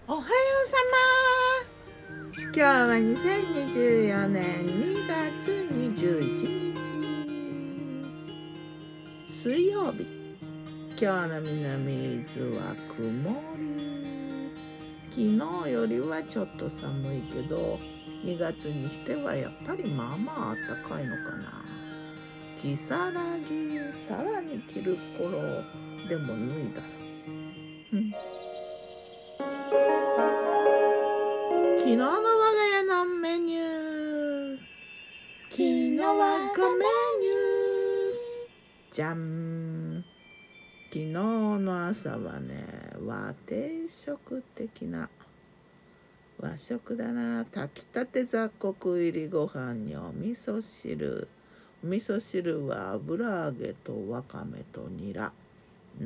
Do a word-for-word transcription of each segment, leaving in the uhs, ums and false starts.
おはようさま。今日はにせんにじゅうよねんにがつにじゅういちにち水曜日。今日の南伊豆は曇り。昨日よりはちょっと寒いけど、にがつにしてはやっぱりまあまああったかいのかな。木更木、さらに着る頃でも脱いだら、うん、昨日の我が家のメニュー。昨日我がメニュー。じゃん。昨日の朝はね、和定食的な和食だな。炊きたて雑穀入りご飯にお味噌汁。お味噌汁は油揚げとわかめとニラ。うん。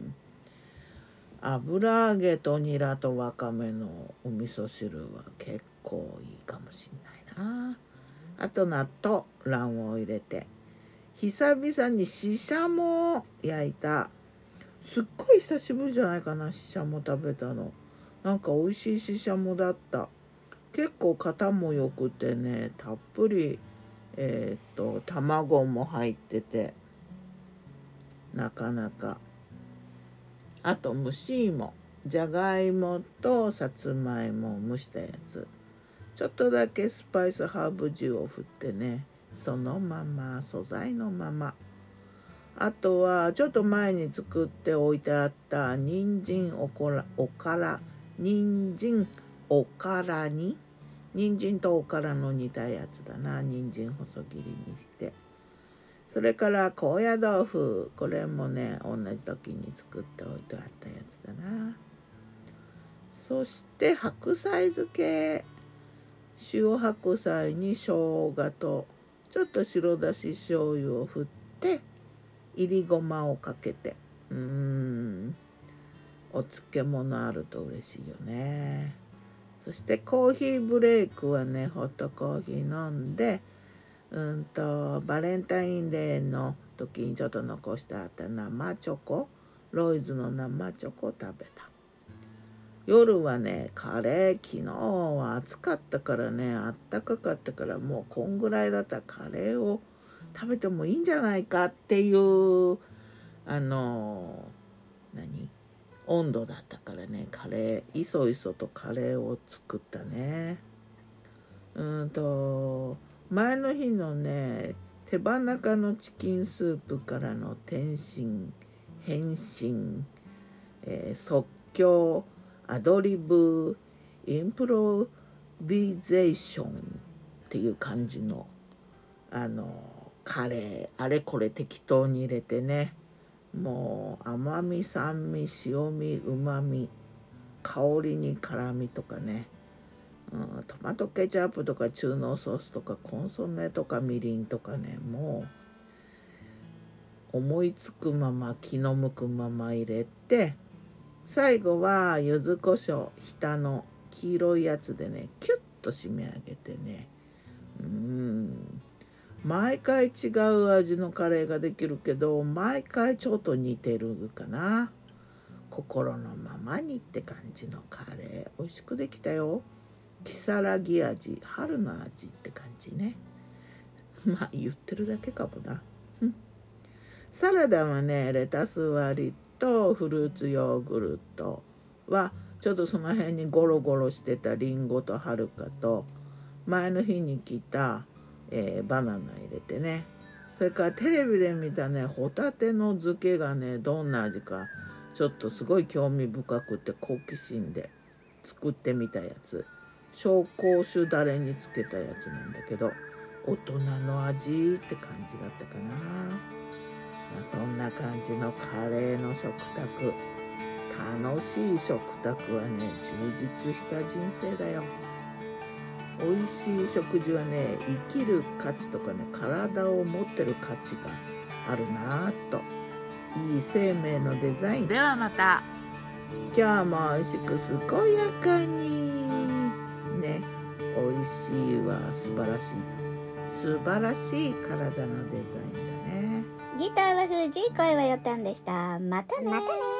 油揚げとニラとわかめのお味噌汁は結構いいかもしんないな。あと納豆、卵黄を入れて久々にししゃもを焼いた。すっごい久しぶりじゃないかな、ししゃも食べたの。なんか美味しいししゃもだった。結構型もよくてね、たっぷりえー、っと卵も入っててなかなか。あと蒸し芋、じゃがいもとさつまいもを蒸したやつ、ちょっとだけスパイスハーブ塩を振ってね、そのまま素材のまま。あとはちょっと前に作っておいてあった人参おこらおから人参おからに人参とおからの煮たやつだな。人参細切りにして、それから高野豆腐、これもね同じ時に作っておいてあったやつだな。そして白菜漬け、塩白菜に生姜とちょっと白だし醤油を振っていりごまをかけて、うーんお漬物あると嬉しいよね。そしてコーヒーブレイクはね、ホットコーヒー飲んで、うんとバレンタインデーの時にちょっと残してあった生チョコ、ロイズの生チョコを食べた。夜はねカレー、昨日は暑かったからね、あったかかったから、もうこんぐらいだったらカレーを食べてもいいんじゃないかっていうあの何温度だったからね、カレーいそいそとカレーを作ったね。うんと前の日のね手羽中のチキンスープからの転身変身、えー即興アドリブインプロビゼーションっていう感じのあのカレー、あれこれ適当に入れてね、もう甘み酸味塩味うまみ香りに辛みとかね、うん、トマトケチャップとか中濃ソースとかコンソメとかみりんとかね、もう思いつくまま気の向くまま入れて、最後は柚子胡椒、下の黄色いやつでねキュッと締め上げてね、うーん毎回違う味のカレーができるけど、毎回ちょっと似てるかな。心のままにって感じのカレー、美味しくできたよ。如月味、春の味って感じね。まあ言ってるだけかもな。サラダはね、レタス割りとフルーツヨーグルトはちょっとその辺にゴロゴロしてたリンゴとはるかと前の日に切った、えーバナナ入れてね、それからテレビで見たねホタテの漬けがねどんな味かちょっとすごい興味深くて好奇心で作ってみたやつ、紹興酒だれにつけたやつなんだけど、大人の味って感じだったかな。まあ、そんな感じのカレーの食卓、楽しい食卓はね充実した人生だよ。美味しい食事はね生きる価値とかね体を持ってる価値があるなぁと。いい生命のデザインではまた。今日も美味しく健やかにね。美味しいは素晴らしい素晴らしい体のデザインだね。 ギターは藤井、声はよたんでした。またね。 またね。